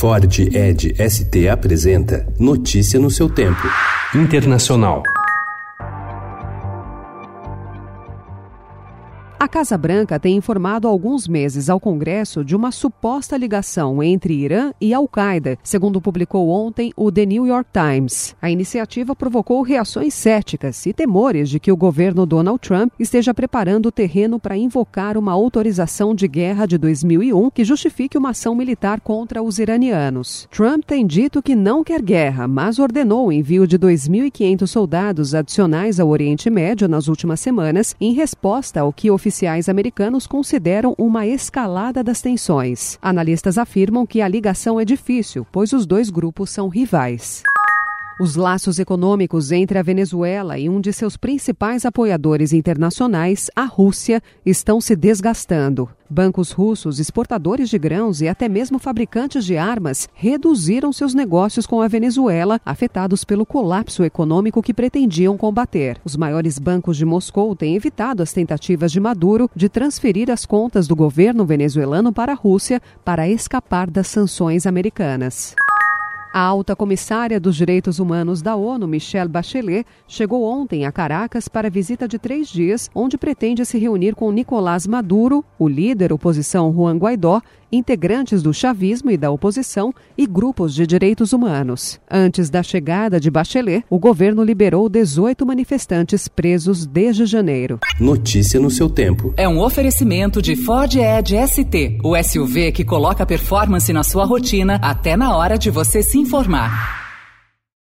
Ford Edge ST apresenta Notícia no seu tempo. Internacional. A Casa Branca tem informado há alguns meses ao Congresso de uma suposta ligação entre Irã e Al-Qaeda, segundo publicou ontem o The New York Times. A iniciativa provocou reações céticas e temores de que o governo Donald Trump esteja preparando o terreno para invocar uma autorização de guerra de 2001 que justifique uma ação militar contra os iranianos. Trump tem dito que não quer guerra, mas ordenou o envio de 2.500 soldados adicionais ao Oriente Médio nas últimas semanas, em resposta ao que oficiais americanos consideram uma escalada das tensões. Analistas afirmam que a ligação é difícil, pois os dois grupos são rivais. Os laços econômicos entre a Venezuela e um de seus principais apoiadores internacionais, a Rússia, estão se desgastando. Bancos russos, exportadores de grãos e até mesmo fabricantes de armas reduziram seus negócios com a Venezuela, afetados pelo colapso econômico que pretendiam combater. Os maiores bancos de Moscou têm evitado as tentativas de Maduro de transferir as contas do governo venezuelano para a Rússia para escapar das sanções americanas. A alta comissária dos direitos humanos da ONU, Michelle Bachelet, chegou ontem a Caracas para visita de 3 dias, onde pretende se reunir com Nicolás Maduro, o líder oposição Juan Guaidó, integrantes do chavismo e da oposição e grupos de direitos humanos. Antes da chegada de Bachelet, o governo liberou 18 manifestantes presos desde janeiro. Notícia no seu tempo. É um oferecimento de Ford Edge ST, o SUV que coloca performance na sua rotina até na hora de você se informar.